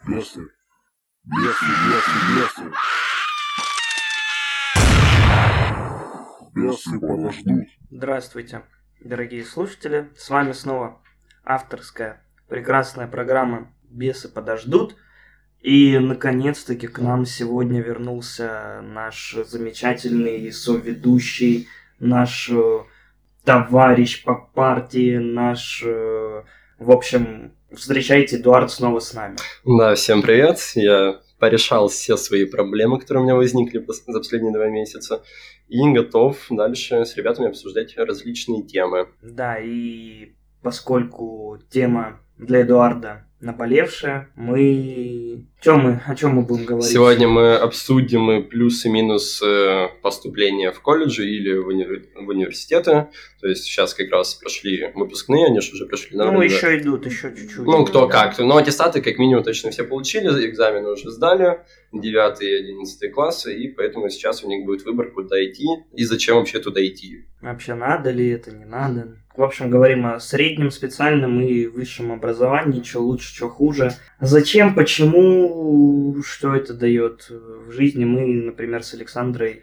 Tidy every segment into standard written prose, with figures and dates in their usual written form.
Бесы. Бесы. Бесы подождут. Здравствуйте, дорогие слушатели. С вами снова авторская прекрасная программа «Бесы подождут». И, наконец-таки, к нам сегодня вернулся наш замечательный соведущий, наш товарищ по партии, в общем, встречайте, Эдуард снова с нами. Да, всем привет. Я порешал все свои проблемы, которые у меня возникли за последние 2 месяца, и готов дальше с ребятами обсуждать различные темы. Да, и поскольку тема для Эдуарда наболевшая, о чем мы будем говорить? Сегодня мы обсудим плюсы и минусы поступления в колледжи или в университеты. То есть сейчас как раз прошли выпускные, они же уже прошли. Еще идут, еще чуть-чуть. Кто как. Но аттестаты как минимум точно все получили, экзамены уже сдали, 9 и 11 классы, и поэтому сейчас у них будет выбор, куда идти и зачем вообще туда идти. Вообще надо ли это, не надо. В общем, говорим о среднем, специальном и высшем образовании, что лучше, что хуже. Зачем, почему, что это дает в жизни. Мы, например, с Александрой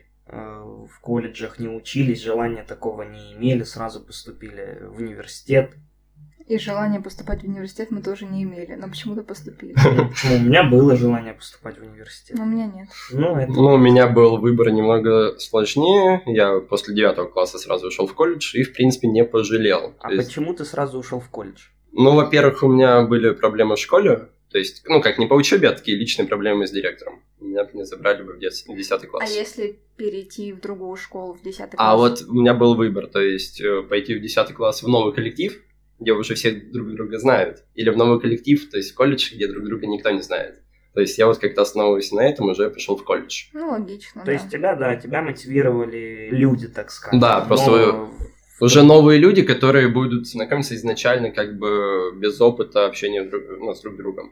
в колледжах не учились, желания такого не имели, сразу поступили в университет. И желание поступать в университет мы тоже не имели, но почему-то поступили. У меня было желание поступать в университет. Но у меня нет. У меня был выбор немного сложнее. Я после 9 класса сразу ушел в колледж и, в принципе, не пожалел. Почему ты сразу ушел в колледж? Во-первых, у меня были проблемы в школе. То есть, не по учебе, а такие личные проблемы с директором. Меня не забрали бы в 10 класс. А если перейти в другую школу в 10 класс? А вот у меня был выбор, то есть пойти в 10 класс в новый коллектив, где уже все друг друга знают, или в новый коллектив, то есть в колледж, где друг друга никто не знает. То есть я как-то основываясь на этом уже пришел в колледж. Логично, То есть тебя мотивировали люди, так сказать. Да, просто уже новые люди, которые будут знакомиться изначально без опыта общения с друг другом.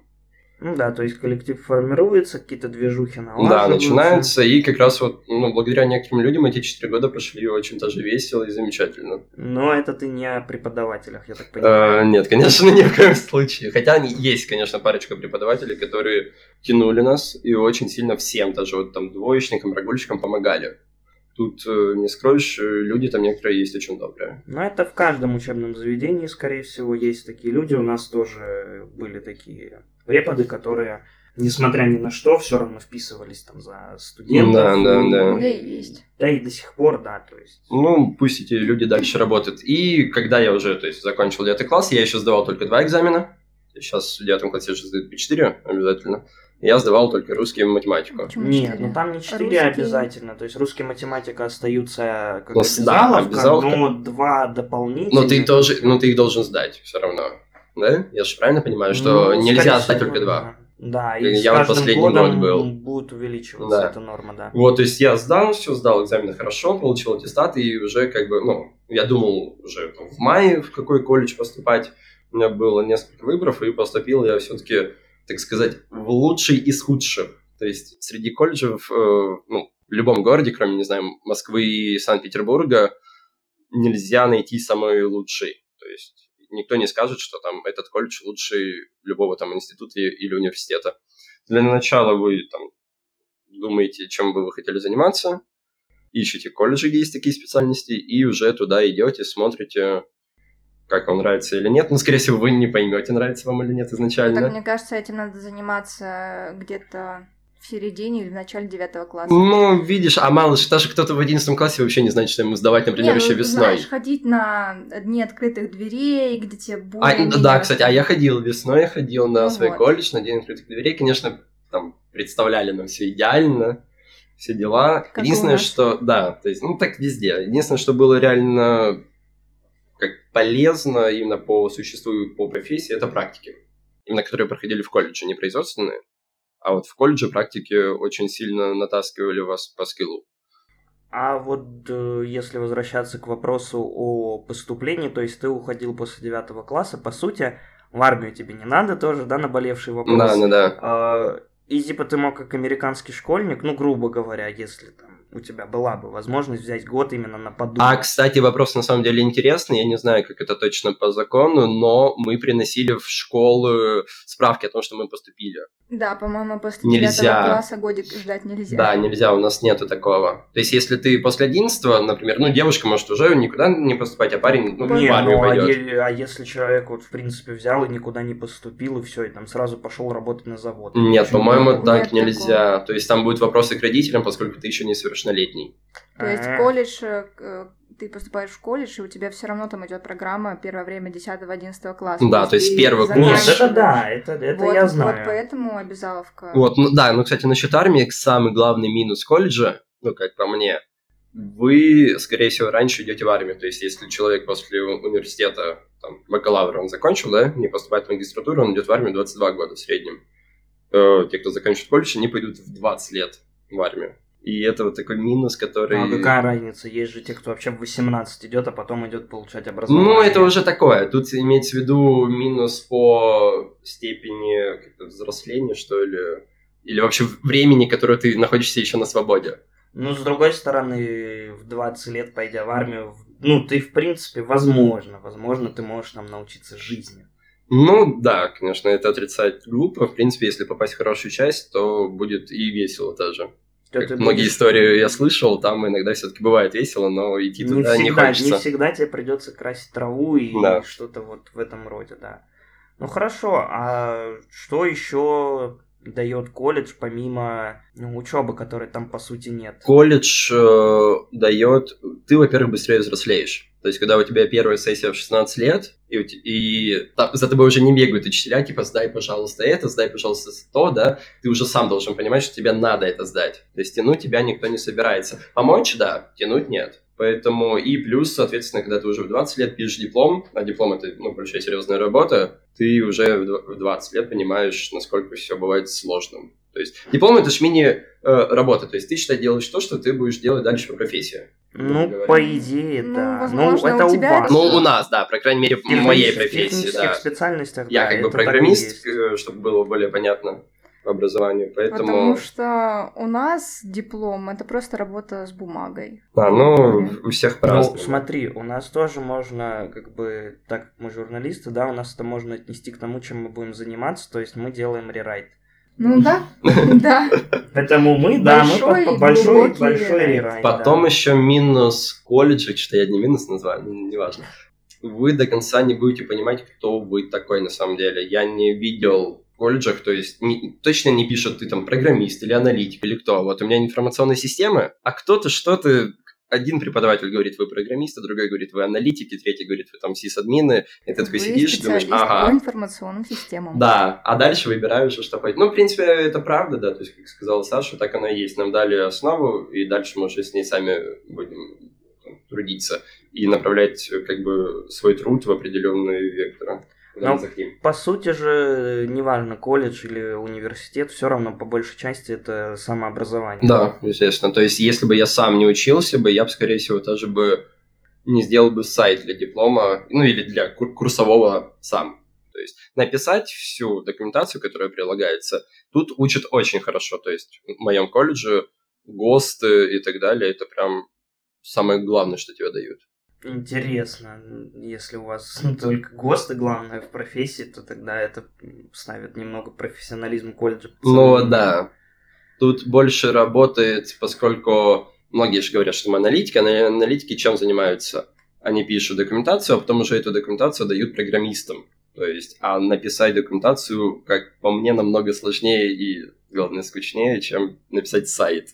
То есть коллектив формируется, какие-то движухи налаживаются. Да, начинаются, и как раз благодаря некоторым людям эти 4 года прошли очень даже весело и замечательно. Но это ты не о преподавателях, я так понимаю. Нет, конечно, ни в коем случае. Хотя есть, конечно, парочка преподавателей, которые тянули нас и очень сильно всем, даже двоечникам, прогульщикам помогали. Тут, не скроешь, люди там некоторые есть очень добрые. Это в каждом учебном заведении, скорее всего, есть такие люди. У нас тоже были такие преподы, которые, несмотря ни на что, все равно вписывались за студентов. Да. Да и есть. Да и до сих пор, да, то есть. Пусть эти люди дальше работают. И когда я уже, закончил 9 класс, я еще сдавал только 2 экзамена. Сейчас в 9 классе уже сдают по 4 обязательно. Я сдавал только русский и математику. Почему 4? Нет, там не 4 русский... обязательно. То есть русский и математика остаются как обязаловка, но 2 дополнительных. Но ты их должен сдать все равно. Да? Я же правильно понимаю, что нельзя сдать только 2. Да, и я с каждым годом был. будет увеличиваться эта норма, да. То есть я сдал экзамены хорошо, получил аттестат, и уже я думал уже в мае в какой колледж поступать. У меня было несколько выборов, и поступил я все-таки, так сказать, в лучший из худших. То есть среди колледжев, в любом городе, кроме, Москвы и Санкт-Петербурга, нельзя найти самый лучший. То есть никто не скажет, что этот колледж лучший любого института или университета. Для начала вы думаете, чем бы вы хотели заниматься, ищете колледжи, где есть такие специальности, и уже туда идете, смотрите, как вам нравится или нет. Скорее всего, вы не поймете, нравится вам или нет изначально. Так, мне кажется, этим надо заниматься где-то в середине или в начале 9 класса. Видишь, мало же, даже кто-то в 11 классе вообще не знает, что ему сдавать, например, еще весной. Знаешь, ходить на дни открытых дверей, где тебе будет... Да, кстати, я ходил весной, на свой колледж, на день открытых дверей. Конечно, представляли нам все идеально, все дела. Как единственное, что... Да, то есть, так везде. Единственное, что было реально... полезно именно по существу и по профессии, это практики. Именно которые проходили в колледже, не производственные. А вот в колледже практики очень сильно натаскивали вас по скиллу. А если возвращаться к вопросу о поступлении, то есть ты уходил после 9 класса, по сути, в армию тебе не надо тоже, да, наболевший вопрос. Да. И ты мог как американский школьник, грубо говоря, если у тебя была бы возможность взять год именно на подумать. А, кстати, вопрос на самом деле интересный. Я не знаю, как это точно по закону, но мы приносили в школу справки о том, что мы поступили. Да, по-моему, после Нельзя. 9 класса годик ждать нельзя. Да, нельзя, у нас нету такого. То есть, если ты после 11, например, девушка может уже никуда не поступать, а парень в Не, армию пойдет. а если человек вот в принципе взял и никуда не поступил, и все, и там сразу пошел работать на завод? Нет, Почему по-моему, такого? так Нет нельзя. То есть, там будут вопросы к родителям, поскольку ты еще несовершеннолетний. То есть А. колледж, ты поступаешь в колледж, и у тебя все равно там идет программа первое время 10-11 класса. Да, то есть ты первый курс. Нет, заканчиваешь. это да, это Вот, я знаю. Вот поэтому обязаловка. Вот, кстати, насчет армии, самый главный минус колледжа, как по мне, вы, скорее всего, раньше идете в армию. То есть, если человек после университета, там, бакалавра он закончил, да, не поступает в магистратуру, он идет в армию 22 года в среднем. Те, кто заканчивает колледж, они пойдут в 20 лет в армию. И это вот такой минус, который... А какая разница? Есть же те, кто вообще в 18 идет, а потом идет получать образование. это уже такое. Тут имеется в виду минус по степени как-то взросления, что ли, или вообще времени, которое ты находишься еще на свободе. Ну, с другой стороны, в 20 лет, пойдя в армию, ты, в принципе, возможно, ты можешь там научиться жизни. Да, конечно, это отрицать глупо. В принципе, если попасть в хорошую часть, то будет и весело тоже. Многие истории я слышал, там иногда все-таки бывает весело, но идти туда не хочется. Не всегда тебе придется красить траву и что-то вот в этом роде, да. Ну хорошо, а что еще дает колледж помимо учебы, которой там по сути нет? Колледж дает... Ты, во-первых, быстрее взрослеешь. То есть, когда у тебя первая сессия в 16 лет, и за тобой уже не бегают учителя, типа, сдай, пожалуйста, это, сдай, пожалуйста, то, да, ты уже сам должен понимать, что тебе надо это сдать. То есть, тянуть тебя никто не собирается. Помочь, да, тянуть нет. Поэтому и плюс, соответственно, когда ты уже в 20 лет пишешь диплом, а диплом это, большая серьезная работа, ты уже в 20 лет понимаешь, насколько все бывает сложным. То есть диплом это ж мини-работа, то есть ты, считай, делаешь то, что ты будешь делать дальше по профессии. По идее, да. Возможно, это у тебя... вас. У нас, да, по крайней мере, в моей профессии, в технических специальностях, я да, как бы это программист, чтобы было более понятно по образованию, поэтому... Потому что у нас диплом — это просто работа с бумагой. У всех по-разному. Смотри, у нас тоже можно, так как мы журналисты, да, у нас это можно отнести к тому, чем мы будем заниматься, то есть мы делаем рерайт. Да, да. Поэтому мы большой рерайт. Потом еще минус колледжа, что я один минус назвал, неважно. Вы до конца не будете понимать, кто вы такой на самом деле. Я не видел в колледжах, то есть точно не пишут, ты там программист или аналитик или кто. Вот у меня информационная система, а кто-то что-то... Один преподаватель говорит, вы программисты, другой говорит, вы аналитики, третий говорит, вы там сисадмины, и ты такой сидишь и думаешь, по информационным системам. Да, а дальше выбираешь, что пойти. В принципе, это правда, да, то есть, как сказала Саша, так оно и есть. Нам дали основу, и дальше мы уже с ней сами будем трудиться и направлять, свой труд в определенные векторы. По сути же, неважно, колледж или университет, все равно по большей части это самообразование. Да, естественно. То есть, если бы я сам не учился бы, я бы, скорее всего, даже бы не сделал бы сайт для диплома, или для курсового сам. То есть, написать всю документацию, которая прилагается, тут учат очень хорошо. То есть, в моем колледже ГОСТы и так далее, это прям самое главное, что тебе дают. Интересно, если у вас только ГОСТы главное в профессии, то тогда это ставит немного профессионализм колледжа. Да. Тут больше работает, поскольку многие же говорят, что мы аналитики, а аналитики чем занимаются? Они пишут документацию, а потом уже эту документацию дают программистам. То есть, а написать документацию, как по мне, намного сложнее и, главное, скучнее, чем написать сайт.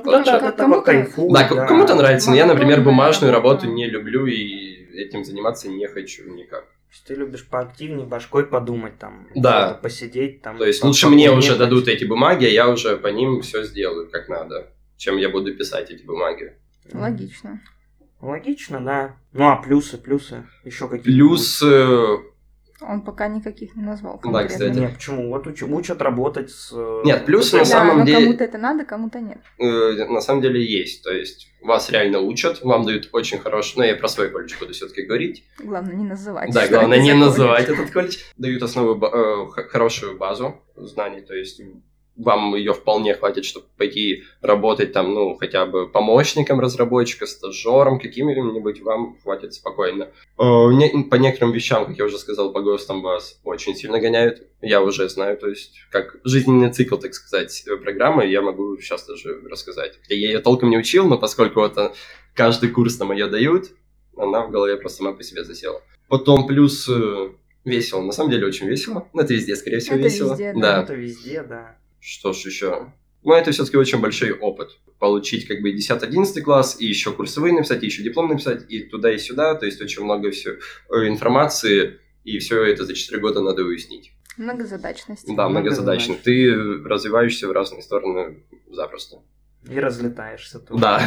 Кому-то нравится, но я, например, бумажную работу не люблю и этим заниматься не хочу никак. Ты любишь поактивнее башкой подумать, там, посидеть. Там, то есть лучше мне уже дадут эти бумаги, а я уже по ним все сделаю как надо, чем я буду писать эти бумаги. Логично. Логично, да. А плюсы? Еще какие-то? Плюсы... Он пока никаких не назвал конкретно. Да, кстати. Нет, почему? Вот учат работать с... Нет, плюсы на самом деле... кому-то это надо, кому-то нет. На самом деле есть. То есть вас реально учат, вам дают очень хороший... я про свой колледж буду все-таки говорить. Главное не называть. Да, главное не называть этот колледж. Дают хорошую базу знаний. То есть вам ее вполне хватит, чтобы пойти работать там, ну, хотя бы помощником разработчика, стажером каким-нибудь, вам хватит спокойно. По некоторым вещам, как я уже сказал, по ГОСТам вас очень сильно гоняют. Я уже знаю, то есть, как жизненный цикл, так сказать, программы, я могу сейчас даже рассказать. Хотя я ее толком не учил, но поскольку это каждый курс нам ее дают, она в голове просто сама по себе засела. Потом плюс весело, на самом деле очень весело. Это везде, скорее всего, Это весело. везде, да. Да. Это везде, да. Что ж еще? Ну, это все-таки очень большой опыт. Получить как бы 10-11 класс, и еще курсовые написать, и еще диплом написать, и туда, и сюда. То есть очень много информации, и все это за 4 года надо уяснить. Многозадачность. Да, многозадачно. Ты развиваешься в разные стороны запросто. И разлетаешься тут. Да.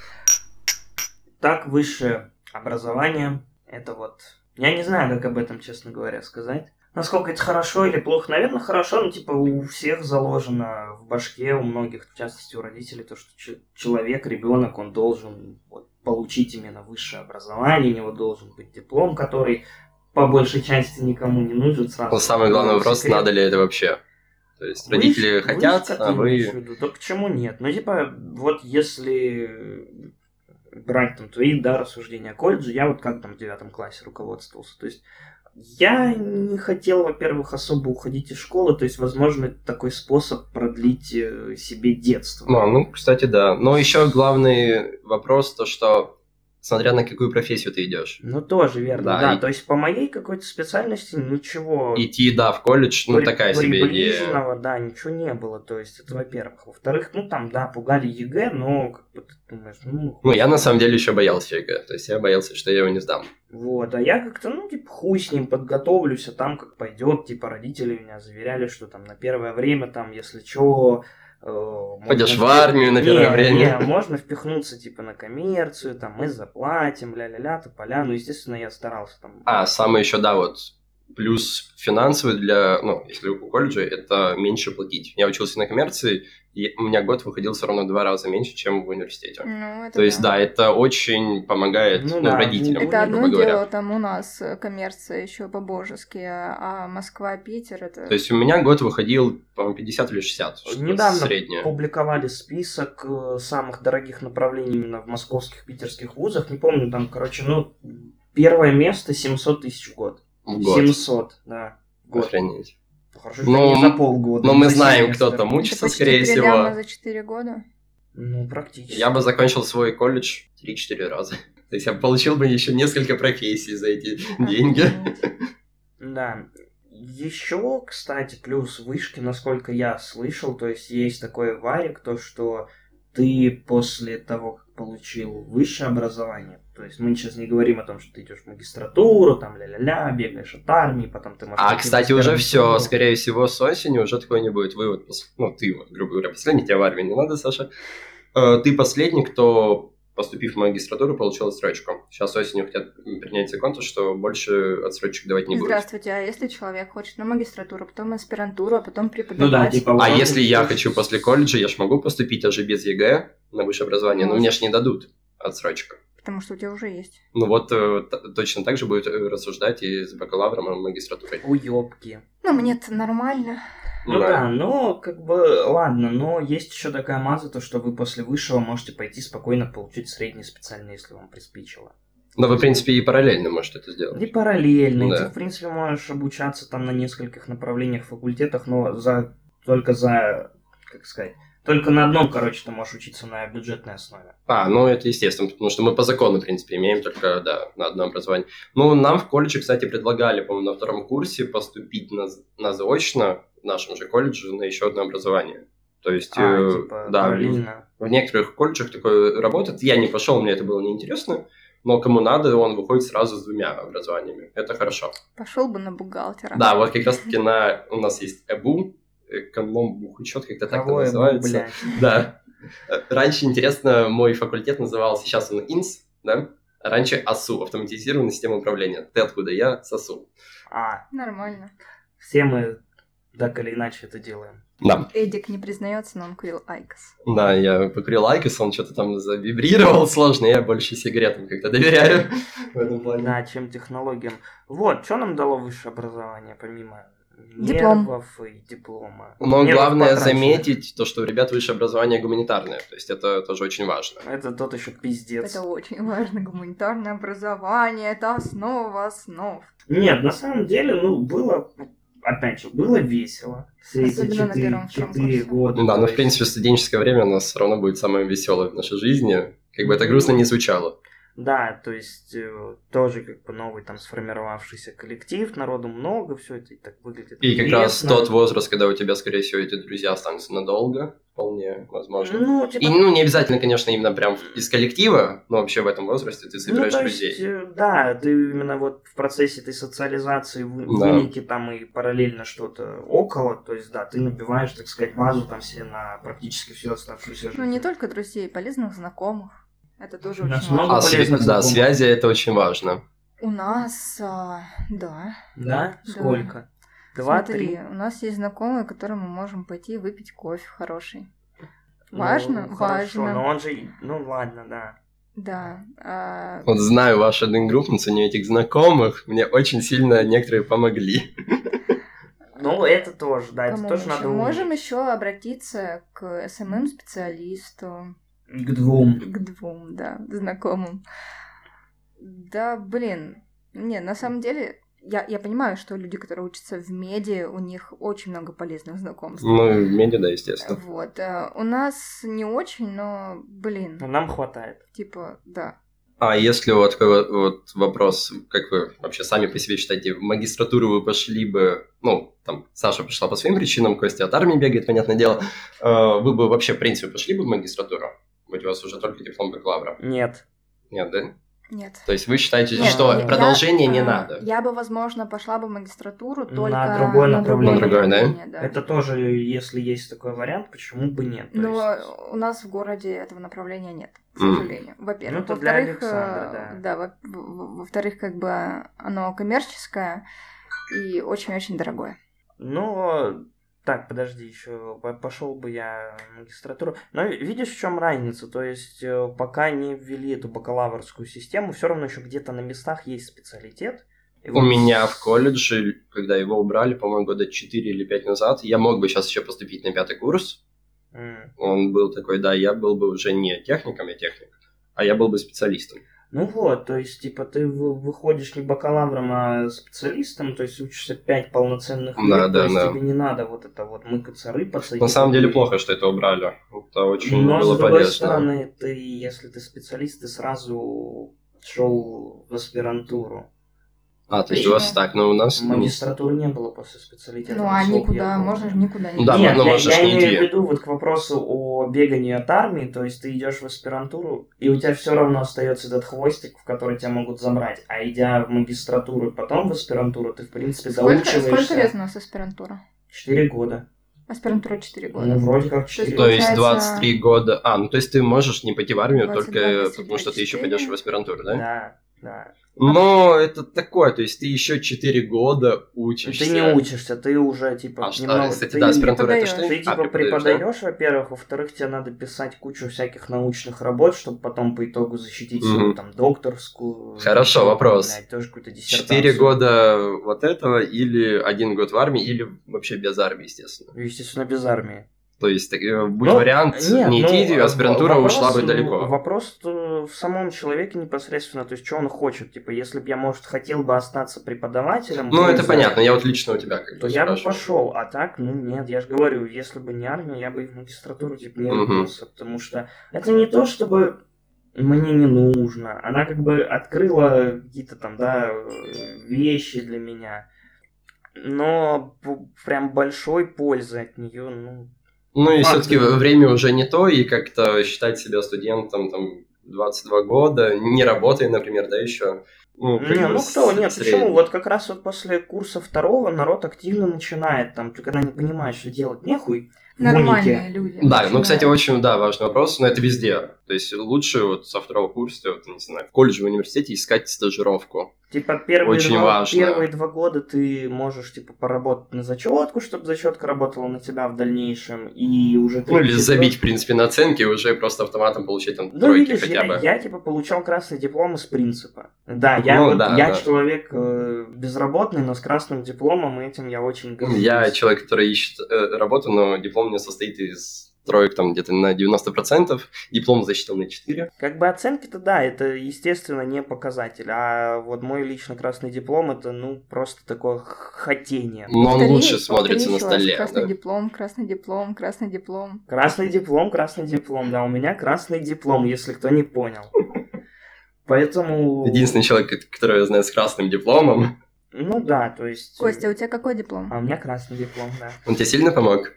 Так, высшее образование, это вот... Я не знаю, как об этом, честно говоря, сказать. Насколько это хорошо или плохо? Наверное, хорошо, но типа у всех заложено в башке, у многих, в частности у родителей, то, что человек, ребенок, он должен вот, получить именно высшее образование, у него должен быть диплом, который по большей части никому не нужен. Сразу Самый главный вопрос, секрет. надо ли это вообще? То есть родители хотят, как а ты вы... имеешь в виду? Да почему нет? Ну, типа, вот если брать там твои, да, рассуждения о колледже, я вот как там в 9 классе руководствовался. То есть я не хотел, во-первых, особо уходить из школы, то есть, возможно, это такой способ продлить себе детство. Ну, кстати, да. Но еще главный вопрос, то что смотря на какую профессию ты идешь. Ну, тоже верно, Да, да. То есть, по моей какой-то специальности ничего... Идти, да, в колледж, ну, такая себе идея. Приближенного, да, ничего не было. То есть, это во-первых. Во-вторых, ну, там, да, пугали ЕГЭ, но, как бы, ты думаешь, Ну, я на самом деле еще боялся ЕГЭ. То есть, я боялся, что я его не сдам. Вот, а я как-то, ну, типа, хуй с ним подготовлюсь, а там как пойдет, типа, родители меня заверяли, что там на первое время, там, если чё... Пойдешь в армию на первое время. Не, можно впихнуться, типа, на коммерцию, там, мы заплатим, ля-ля-ля, тополя. Ну, естественно, я старался там... Самое еще, да, вот, плюс финансовый для, ну, если у колледжа, это меньше платить. Я учился на коммерции, и у меня год выходил все равно в 2 раза меньше, чем в университете. Ну, это То есть, да, это очень помогает, Ну да, родителям, Это одно грубо говоря. дело, там у нас коммерция еще по-божески, а Москва, Питер это... То есть у меня год выходил, по-моему, 50 или 60, что Недавно среднее. публиковали список самых дорогих направлений именно в московских, питерских вузах. Не помню, там, короче, ну, первое место 700 тысяч в год. В год. 700, да. В год. Охренеть. Хорошо, что не за полгода. Но не мы за знаем, семестр. кто там учится, почти скорее 3 всего. ляма за 4 года. Ну, практически. Я бы закончил свой колледж 3-4 раза. То есть я получил бы еще несколько профессий за эти деньги. Да. Еще, кстати, плюс вышки, насколько я слышал, то есть есть такой варик, то что ты после того, как получил высшее образование, то есть мы сейчас не говорим о том, что ты идешь в магистратуру, там ля-ля-ля, бегаешь от армии, потом ты можешь... Кстати, уже все, скорее всего, с осени уже такое не будет. Вы вот, ну, ты вот, грубо говоря, последний, тебя в армии не надо, Саша. Ты последний, кто, поступив в магистратуру, получил отсрочку. Сейчас осенью хотят принять закон, то, что больше отсрочек давать не будет. Здравствуйте, а если человек хочет на магистратуру, потом аспирантуру, а потом Ну преподавать? да, типа... А если я хочу после колледжа, я ж могу поступить даже без ЕГЭ на высшее образование, но мне ж не дадут отсрочку. Потому что у тебя уже есть. Ну вот точно так же будет рассуждать и с бакалавром и магистратурой. Уёбки. Ну, мне-то нормально. Ну да, но как бы, ладно, но есть еще такая маза, то что вы после высшего можете пойти спокойно получить среднее специальное, если вам приспичило. Но вы, в принципе, и параллельно можете это сделать. И параллельно, Да. и ты, в принципе, можешь обучаться там на нескольких направлениях, факультетах, но только на одном, короче, ты можешь учиться на бюджетной основе. Ну это естественно, потому что мы по закону, в принципе, имеем только, да, на одно образование. Ну, нам в колледже, кстати, предлагали, по-моему, на 2 курсе поступить на заочно в нашем же колледже на еще одно образование. То есть, Типа, да, параллельно. в некоторых колледжах такое работает. Я не пошел, мне это было неинтересно, но кому надо, он выходит сразу с 2 образованиями. Это хорошо. Пошел бы на бухгалтера. Да, вот как раз-таки у нас есть ЭБУ, эконом-бухучет, как-то так это Кого я был, называется. блядь? Да. Раньше, интересно, мой факультет назывался, сейчас он ИНС, да? Раньше АСУ, автоматизированная система управления. Ты откуда? Я с АСУ. Нормально. Все мы так или иначе это делаем. Да. Эдик не признается, но он курил Айкос. Да, я покурил Айкос, он что-то там завибрировал сложно, я больше сигаретам как-то доверяю в этом плане. Да, чем технологиям. Вот, что нам дало высшее образование, помимо Диплом. нервов и диплома. Но Нервов главное потрачено. заметить то, что у ребят высшее образование гуманитарное. То есть это тоже очень важно. Это тот еще пиздец. Это очень важно. Гуманитарное образование — это основа основ. Нет, на самом деле, было, опять же, было весело. Все эти Особенно на первом, втором 4 курсе. года. Да, то но в есть- принципе студенческое время у нас все равно будет самое веселое в нашей жизни. Как бы это грустно не звучало. Да, то есть тоже как бы новый там сформировавшийся коллектив, народу много, все это и так выглядит И как раз интересно. тот возраст, когда у тебя, скорее всего, эти друзья останутся надолго, вполне возможно. Ну, типа, И, не обязательно, конечно, именно прям из коллектива, но вообще в этом возрасте ты собираешь то есть, друзей. да, ты именно вот в процессе этой социализации Да. выники там и параллельно что-то около, то есть, да, ты набиваешь, так сказать, базу там все на практически всю оставшуюся жизнь. Ну, не только друзей, полезных знакомых. Это тоже У нас очень много важно. полезных знакомых. Связи это очень важно. У нас, да. Да? Сколько? 2-3? Смотри, у нас есть знакомые, которым мы можем пойти выпить кофе хороший. Важно? Ну, хорошо, Важно. но он же, ладно, да. Да. Вот знаю вашу одногруппницу, у нее этих знакомых, мне очень сильно некоторые помогли. Ну, это тоже, да, это Кому тоже мы надо ещё? уметь. Можем еще обратиться к СММ-специалисту, К 2. к 2, да, знакомым. Да, блин. Не, на самом деле, я понимаю, что люди, которые учатся в меди, у них очень много полезных знакомств. Ну, в меди, да, естественно. Вот. У нас не очень, но, блин, Нам хватает. типа, да. А если вот такой вот вопрос, как вы вообще сами по себе считаете, в магистратуру вы пошли бы, там, Саша пошла по своим причинам, Костя от армии бегает, понятное дело, вы бы вообще, в принципе, пошли бы в магистратуру? Ведь у вас уже только диплом бакалавра. Нет. Нет, да? Нет. То есть вы считаете, Нет, что я- продолжение не надо? Я бы, возможно, пошла бы в магистратуру На только другое на другое направление. На другое, да? направление, да. Это тоже, если есть такой вариант, почему бы нет? То Но есть- у нас в городе этого направления нет, к М. сожалению. Во-первых. Ну, это для Во-вторых, Александра, да. во-вторых, как бы оно коммерческое и очень-очень дорогое. Ну, так, подожди, еще пошел бы я в магистратуру. Но видишь, в чем разница? То есть, пока не ввели эту бакалаврскую систему, все равно еще где-то на местах есть специалитет. И У вот меня в колледже, когда его убрали, по-моему, года 4 или 5 назад, я мог бы сейчас еще поступить на 5-й курс. Он был такой, да, я был бы уже не техником, я техник, а я был бы специалистом. Ну вот, то есть, типа, ты выходишь не бакалавром, а специалистом, то есть учишься 5 полноценных лет, Да, то да, есть да. тебе не надо вот это вот мыкаться, рыпаться. На самом деле плохо, что это убрали. Это очень Но, было с другой полезно. стороны, если ты специалист, ты сразу шел в аспирантуру. А, то есть у вас так, но у нас... Магистратуры не было после специалитета. Ну, а насколько никуда, я помню. можно же никуда не Да, идти. Нет, ну, я можешь не имею идти. в виду вот к вопросу о бегании от армии, то есть ты идешь в аспирантуру, и у тебя все равно остается этот хвостик, в который тебя могут забрать. А идя в магистратуру, потом в аспирантуру, ты, в принципе, доучиваешься. Сколько лет у нас аспирантура? 4 года. Аспирантура 4 года. Ну, вроде как 4 То есть Получается, 23 года... то есть ты можешь не пойти в армию 22, только 23, потому, что ты еще пойдешь в аспирантуру, да? Да, да. Но это такое, то есть ты еще 4 года учишься. Ты не учишься, ты уже, типа, А, кстати, ты да, аспирантура это что? Ты типа преподаешь, во-первых, во-вторых, тебе надо писать кучу всяких научных работ, чтобы потом по итогу защитить свою там докторскую. Хорошо, вопрос. Блядь, тоже какую-то диссертацию. 4 года вот этого, или 1 год в армии, или вообще без армии, естественно. Естественно, без армии. То есть, будь вариант, не идти, аспирантура ушла бы далеко. Вопрос в самом человеке непосредственно, то есть, что он хочет. Типа, если бы я, может, хотел бы остаться преподавателем... Ну, это то, понятно, я вот лично у тебя как то бы я бы спрашиваю. пошел, а так, ну нет, я же говорю, если бы не армия, я бы и в магистратуру типа не рвался, потому что это не то, чтобы мне не нужно, она как бы открыла какие-то там, да, вещи для меня, но прям большой пользы от нее, ну... Ну и факт, все-таки да. время уже не то, и как-то считать себя студентом там 22 года, не работая, например, да, еще. Ну, как Не, бы ну кто, нет, средний. почему? Вот как раз вот после курса 2 народ активно начинает, там, ты когда не понимаешь, что делать нехуй. в унике. Нормальные люди. Да, начинают. кстати, очень, важный вопрос, но это везде. То есть лучше вот со второго курса, вот, не знаю, в колледже, в университете искать стажировку. Типа Очень важно. первые 2 года ты можешь типа поработать на зачетку, чтобы зачетка работала на тебя в дальнейшем, и уже... Ну, или забить, в принципе, на оценки, и уже просто автоматом получать там Ну, тройки видишь, хотя бы. я типа получал красный диплом из принципа. Да, я человек безработный, но с красным дипломом, и этим я очень горжусь. Я человек, который ищет работу, но диплом у меня состоит из троек там где-то на 90%, диплом засчитан на 4. Как бы оценки-то да, это, естественно, не показатель, а вот мой лично красный диплом, это, ну, просто такое хотение. Но он Повтори- лучше смотрится повтори на еще раз. столе. Красный Да. диплом, красный диплом, красный диплом. Красный диплом, да, у меня красный диплом, если кто не понял. Поэтому... Единственный человек, которого я знаю с красным дипломом. Ну да, то есть... Костя, у тебя какой диплом? А у меня красный диплом, да. Он тебе сильно помог?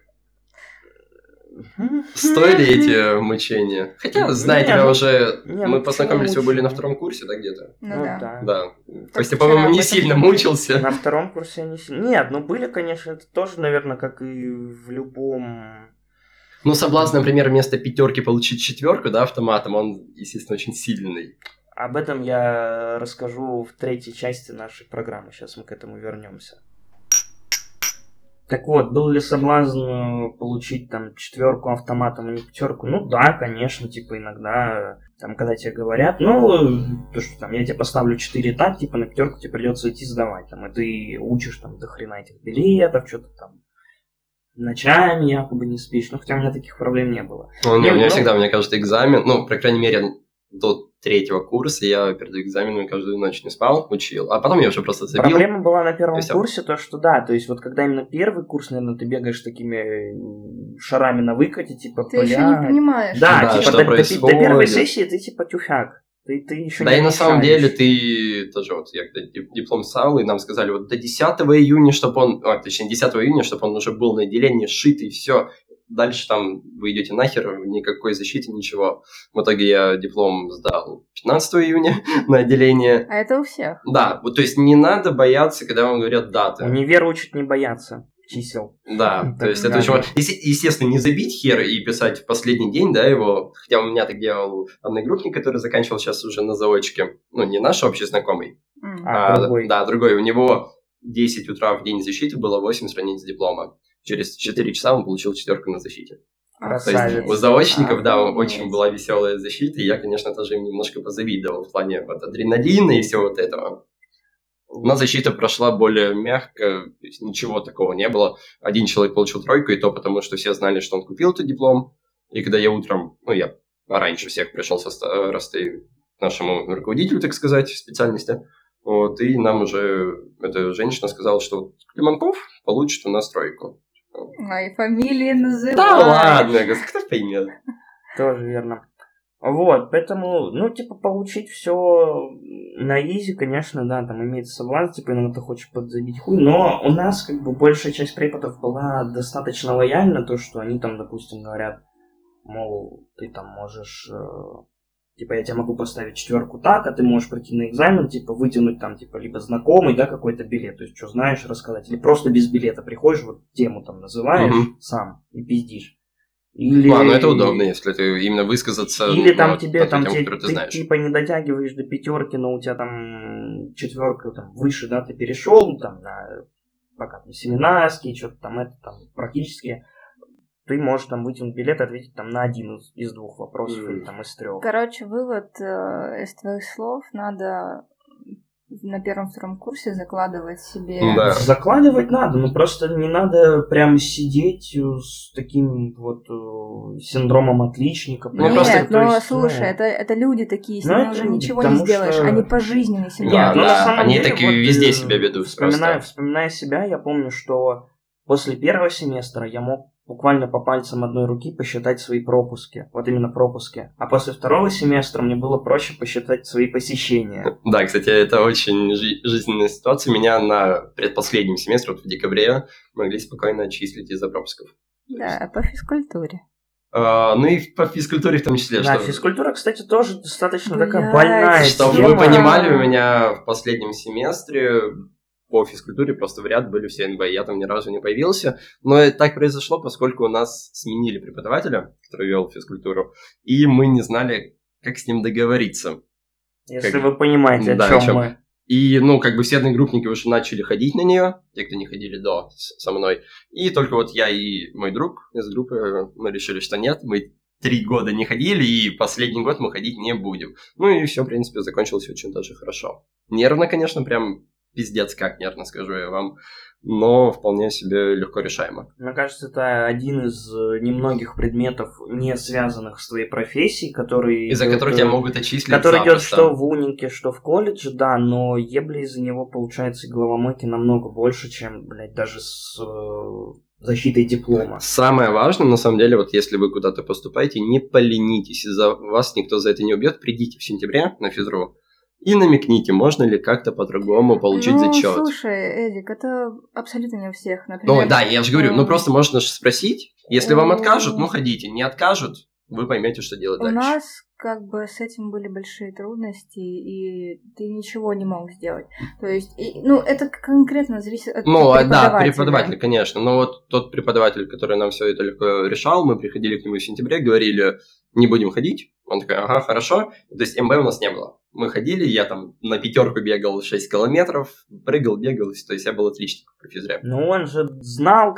Стоили эти мучения? Хотя, зная тебя уже, мы познакомились, вы были на втором курсе, да, где-то? Ну да. Да. Так Костя, вчера по-моему, об не этом сильно говорили. мучился. На втором курсе я не сильно... Нет, ну были, конечно, это тоже, наверное, как и в любом... Ну, соблазн, например, вместо 5 получить 4, да, автоматом, он, естественно, очень сильный. Об этом я расскажу в 3-й части нашей программы. Сейчас мы к этому вернемся. Так вот, был ли соблазн получить там 4 автоматом, а не 5? Ну да, конечно, типа иногда, там, когда тебе говорят, ну, то, что там, я тебе поставлю 4 так, типа на 5 тебе придется идти сдавать, там, и ты учишь там до хрена этих билетов, что-то там, ночами якобы не спишь, ну, хотя у меня таких проблем не было. Ну, у меня ну- всегда, мне кажется, экзамен, ну, по крайней мере, до 3-го курса я перед экзаменами каждую ночь не спал, учил, а потом я уже просто забил. Проблема была на первом И всё. курсе, то что да, то есть вот когда именно первый курс, наверное, ты бегаешь такими шарами на выкате, типа, Ты еще не понимаешь. Да, Да, типа что до первой происходит. сессии ты типа тюфяк. Ты еще Да не и на самом решаешь. деле ты тоже вот, я когда диплом ставил, и нам сказали, вот до 10 июня, чтобы он, точнее, 10 июня, чтобы он уже был на отделении, сшитый, все. Дальше там вы идете нахер, никакой защиты, ничего. В итоге я диплом сдал 15 июня на отделение. А это у всех. Да, вот то есть не надо бояться, когда вам говорят даты. Универ учат не бояться чисел. Да, то Так есть это да. очень важно. Естественно, не забить хер и писать в последний день, да, его. Хотя у меня так делал одногруппник, который заканчивал сейчас уже на заочке. Ну, не наш общий знакомый, Другой. да, другой. У него 10 утра в день защиты было 8 страниц диплома. Через 4 часа он получил 4 на защите. То есть Красавец. у заочников, да, Охренеть. очень была веселая защита, и я, конечно, тоже им немножко позавидовал в плане вот адреналина и всего вот этого. Но защита прошла более мягко, то есть ничего такого не было. Один человек получил 3, и то потому, что все знали, что он купил этот диплом. И когда я утром, ну, я раньше всех пришел со старостой к нашему руководителю, так сказать, специальности, вот, и нам уже эта женщина сказала, что вот Климанков получит у нас 3. А и фамилии называют. Да ладно, кто поймет. Тоже верно. Вот, поэтому, ну, типа, получить все на изи, конечно, да, там имеется соблазн, типа, иногда ты хочешь подзабить хуй, но у нас, как бы, большая часть преподов была достаточно лояльна, то, что они там, допустим, говорят, мол, ты там можешь, типа, я тебе могу поставить 4 так, а ты можешь прийти на экзамен, типа, вытянуть там, типа, либо знакомый, да, какой-то билет, то есть, что знаешь, рассказать, или просто без билета приходишь, вот тему там называешь сам и пиздишь. Или... Ну это удобно, если ты именно высказаться. Или там вот, тебе по той там теме, ты которую ты знаешь. типа не дотягиваешь до 5, но у тебя там 4 там, выше, да, ты перешел там на пока там семинарские, что-то там это там практически. Ты можешь там вытянуть билет и ответить там на 1 из 2 вопросов или там из 3. Короче, вывод из твоих слов: надо на 1-2 курсе закладывать себе... Да. Закладывать надо, но просто не надо прям сидеть с таким вот синдромом отличника. Ну, Нет, просто, то но есть, слушай, это люди такие, с ну, ними это уже люди, ничего не потому сделаешь. что- Они пожизненные себе. Да, ну, на да, самом они деле, такие вот, везде себя ведут просто. Вспоминая себя, я помню, что после 1 семестра я мог буквально по пальцам одной руки посчитать свои пропуски. Вот именно пропуски. А после 2 семестра мне было проще посчитать свои посещения. Да, кстати, это очень жизненная ситуация. Меня на предпоследнем семестре, вот в декабре, могли спокойно отчислить из-за пропусков. Да, по физкультуре. Ну и по физкультуре в том числе. Да, что... физкультура, кстати, тоже достаточно такая Блядь, больная Чтобы тема. вы понимали, у меня в последнем семестре по физкультуре просто в ряд были все НБ, я там ни разу не появился. Но так произошло, поскольку у нас сменили преподавателя, который вел физкультуру, и мы не знали, как с ним договориться. Если вы понимаете, о чем мы. И, все одногруппники уже начали ходить на нее, те, кто не ходили со мной. И только вот я и мой друг из группы, мы решили, что нет, мы 3 года не ходили, и последний год мы ходить не будем. И все, в принципе, закончилось очень даже хорошо. Нервно, конечно, прям пиздец как нервно, скажу я вам, но вполне себе легко решаемо. Мне кажется, это один из немногих предметов, не связанных с твоей профессией, которые... Из-за которых тебя могут отчислить который идет что в унике, что в колледже, да, но ебли из-за него, получается, и головомойки намного больше, чем, даже с защитой диплома. Самое важное, на самом деле, вот если вы куда-то поступаете, не поленитесь, из-за вас никто за это не убьет, придите в сентябре на физру, и намекните, можно ли как-то по-другому получить зачет. Слушай, Эдик, это абсолютно не у всех. Например, да, я же говорю, просто можно спросить. Если вам откажут, ходите. Не откажут, вы поймете, что делать дальше. У нас с этим были большие трудности, и ты ничего не мог сделать. То есть, это конкретно зависит от преподавателя. Да, преподаватель, конечно. Но вот тот преподаватель, который нам все это легко решал, мы приходили к нему в сентябре, говорили, не будем ходить. Он такой, ага, хорошо. То есть МБ у нас не было. Мы ходили, я там на 5 бегал 6 километров, прыгал, бегал, то есть я был отличником по физре. Он же знал,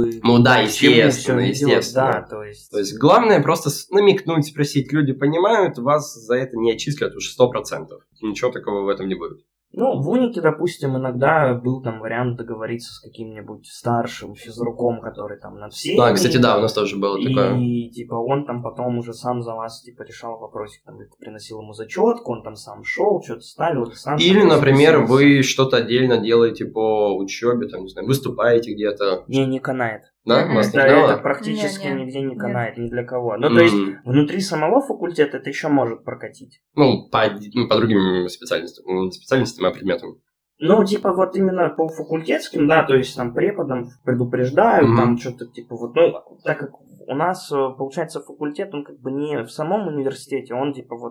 естественно. Да, то есть главное просто намекнуть, спросить, люди понимают, вас за это не отчислят уж 100%. Ничего такого в этом не будет. В унике, допустим, иногда был там вариант договориться с каким-нибудь старшим физруком, который там над всеми. Да, кстати, да, у нас тоже было такое. И, он там потом уже сам за вас, решал вопросик, там, приносил ему зачетку, он там сам шел, что-то ставил, сам... Или, например, вы что-то отдельно делаете по учебе, там, не знаю, выступаете где-то. Не канает. Да? Это практически нигде не канает, ни для кого. То есть, внутри самого факультета это еще может прокатить. По другим специальностям, а предметам. Именно по факультетским, да, то есть там преподам предупреждают, там что-то так как у нас, получается, факультет, он не в самом университете, он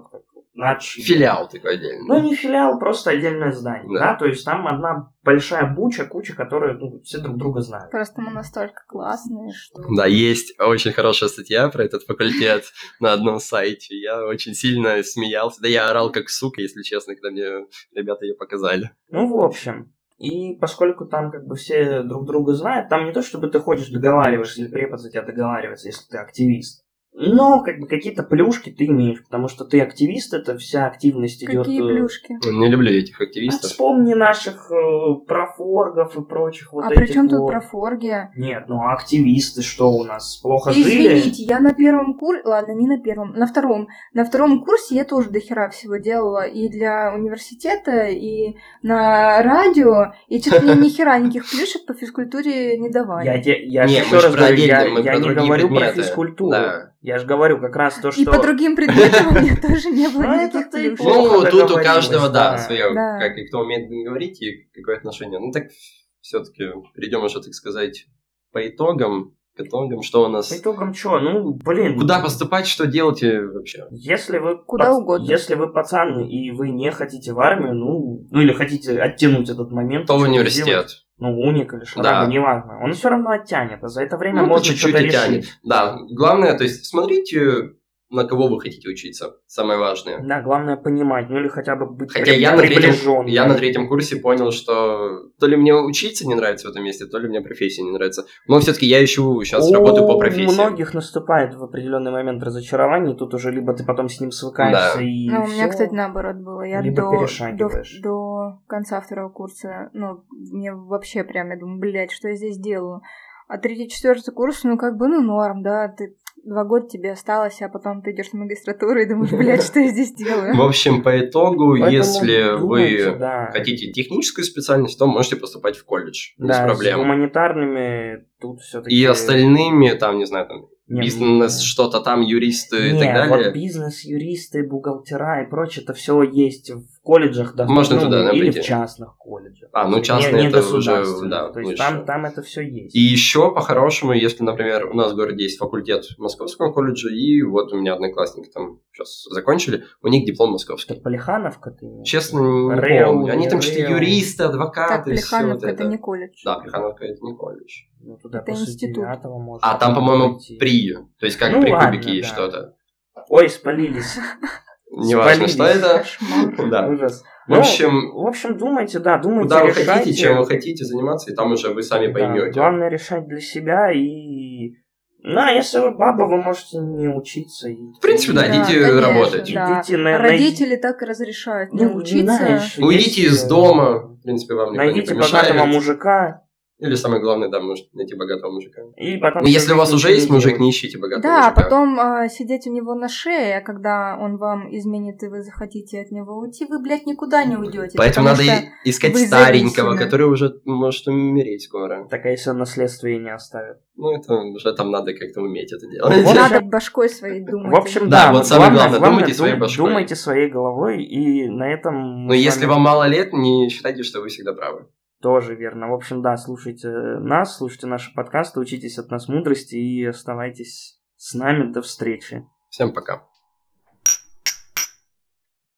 филиал такой отдельный. Не филиал, просто отдельное здание, да, то есть там одна большая куча, которые все друг друга знают. Просто мы настолько классные, что... Да, есть очень хорошая статья про этот факультет на одном сайте, я очень сильно смеялся, да я орал как сука, если честно, когда мне ребята ее показали. В общем... И поскольку там все друг друга знают, там не то, чтобы ты ходишь договариваешься, или препод за тебя договаривается, если ты активист. Но какие-то плюшки ты имеешь, потому что ты активист, это вся активность идет... Какие плюшки? Не люблю этих активистов. Вспомни наших профоргов и прочих этих. При чем тут профорги? Нет, активисты что у нас, плохо жили? Извините, я на первом курсе... Ладно, не на первом, на втором. На втором курсе я тоже дохера всего делала и для университета, и на радио, и что-то мне ни хера никаких плюшек по физкультуре не давали. Я еще раз говорю, я не говорю про физкультуру. Да. Я же говорю как раз то, что... И по другим предметам у меня тоже не было никаких плюшек. Тут у каждого, свое, как и кто умеет говорить, и какое отношение. Так все-таки перейдем уже, так сказать, по итогам, что у нас... По итогам что? Куда поступать, что делать вообще? Если вы... угодно. Если вы пацаны, и вы не хотите в армию, или хотите оттянуть этот момент... То в университет. Уник или шарага, неважно. Он все равно оттянет, а за это время можно чуть-чуть что-то оттянет. решить. Да, главное, то есть смотрите, на кого вы хотите учиться, самое важное. Да, главное понимать, или хотя бы быть приближенным. Я на 3-м курсе понял, что то ли мне учиться не нравится в этом месте, то ли мне профессия не нравится. Но все-таки я ищу сейчас работу по профессии. У многих наступает в определенный момент разочарование, и тут уже либо ты потом с ним свыкаешься и у меня, кстати, наоборот было. Я перешагиваешь. до конца 2-го курса, мне вообще прям, я думаю, блядь, что я здесь делаю? А 3-4 курс, норм, да, ты 2 года тебе осталось, а потом ты идешь на магистратуру и думаешь, блядь, что я здесь делаю? В общем, по итогу, если вы хотите техническую специальность, то можете поступать в колледж, без проблем. С гуманитарными тут все-таки... И остальными, там, не знаю, там, бизнес, что-то там, юристы и так далее. Бизнес, юристы, бухгалтера и прочее, это все есть в колледжах, да, Можно туда или пойти. В частных колледжах. Ну частные не это уже, государственных. да, То есть выше. там это все есть. И еще по-хорошему, если, например, у нас в городе есть факультет Московского колледжа, и вот у меня одноклассники там сейчас закончили, у них диплом московский. Это Плехановка ты имеешь? Честно, не РЭУ, помню. Они там что-то РЭУ. юристы, Так, адвокаты, все вот Плехановка это не колледж. Да, Плехановка это не колледж. Ну, туда Это после институт. 9-го можно А там, по-моему, пойти. при. То есть как Ну при ладно, кубике есть да. что-то. Ой, спалились. Неважно, что Спалились. это. Кошмар. Да. Ужас. В общем, думайте, думайте, куда вы решайте. хотите, чем вы хотите заниматься, и там уже вы сами Да, поймете. главное решать для себя и... Ну, а если вы баба, вы можете не учиться. В принципе, да, идите конечно, работать. да. Идите на- Родители так и разрешают не учиться. знаешь, Уйдите есть, из дома, в принципе, вам никто не Найдите помешает. богатого мужика. Или самое главное, да, может найти богатого мужика. И потом... Но если у вас уже есть мужик, делать. не ищите богатого Да, мужика. потом сидеть у него на шее, а когда он вам изменит и вы захотите от него уйти, вы, блядь, никуда не уйдете. Поэтому надо искать вы старенького, зависимы. который уже может умереть скоро. Так, а если он наследство и не оставит? Ну, это уже там надо как-то уметь это делать. Вот Надо башкой своей думать. В общем, Да, да. вот самое главное, думайте своей башкой. Думайте своей головой, и на этом... Но если вам мало лет, не считайте, что вы всегда правы. Тоже верно. В общем, да, слушайте нас, слушайте наши подкасты, учитесь от нас мудрости и оставайтесь с нами. До встречи. Всем пока.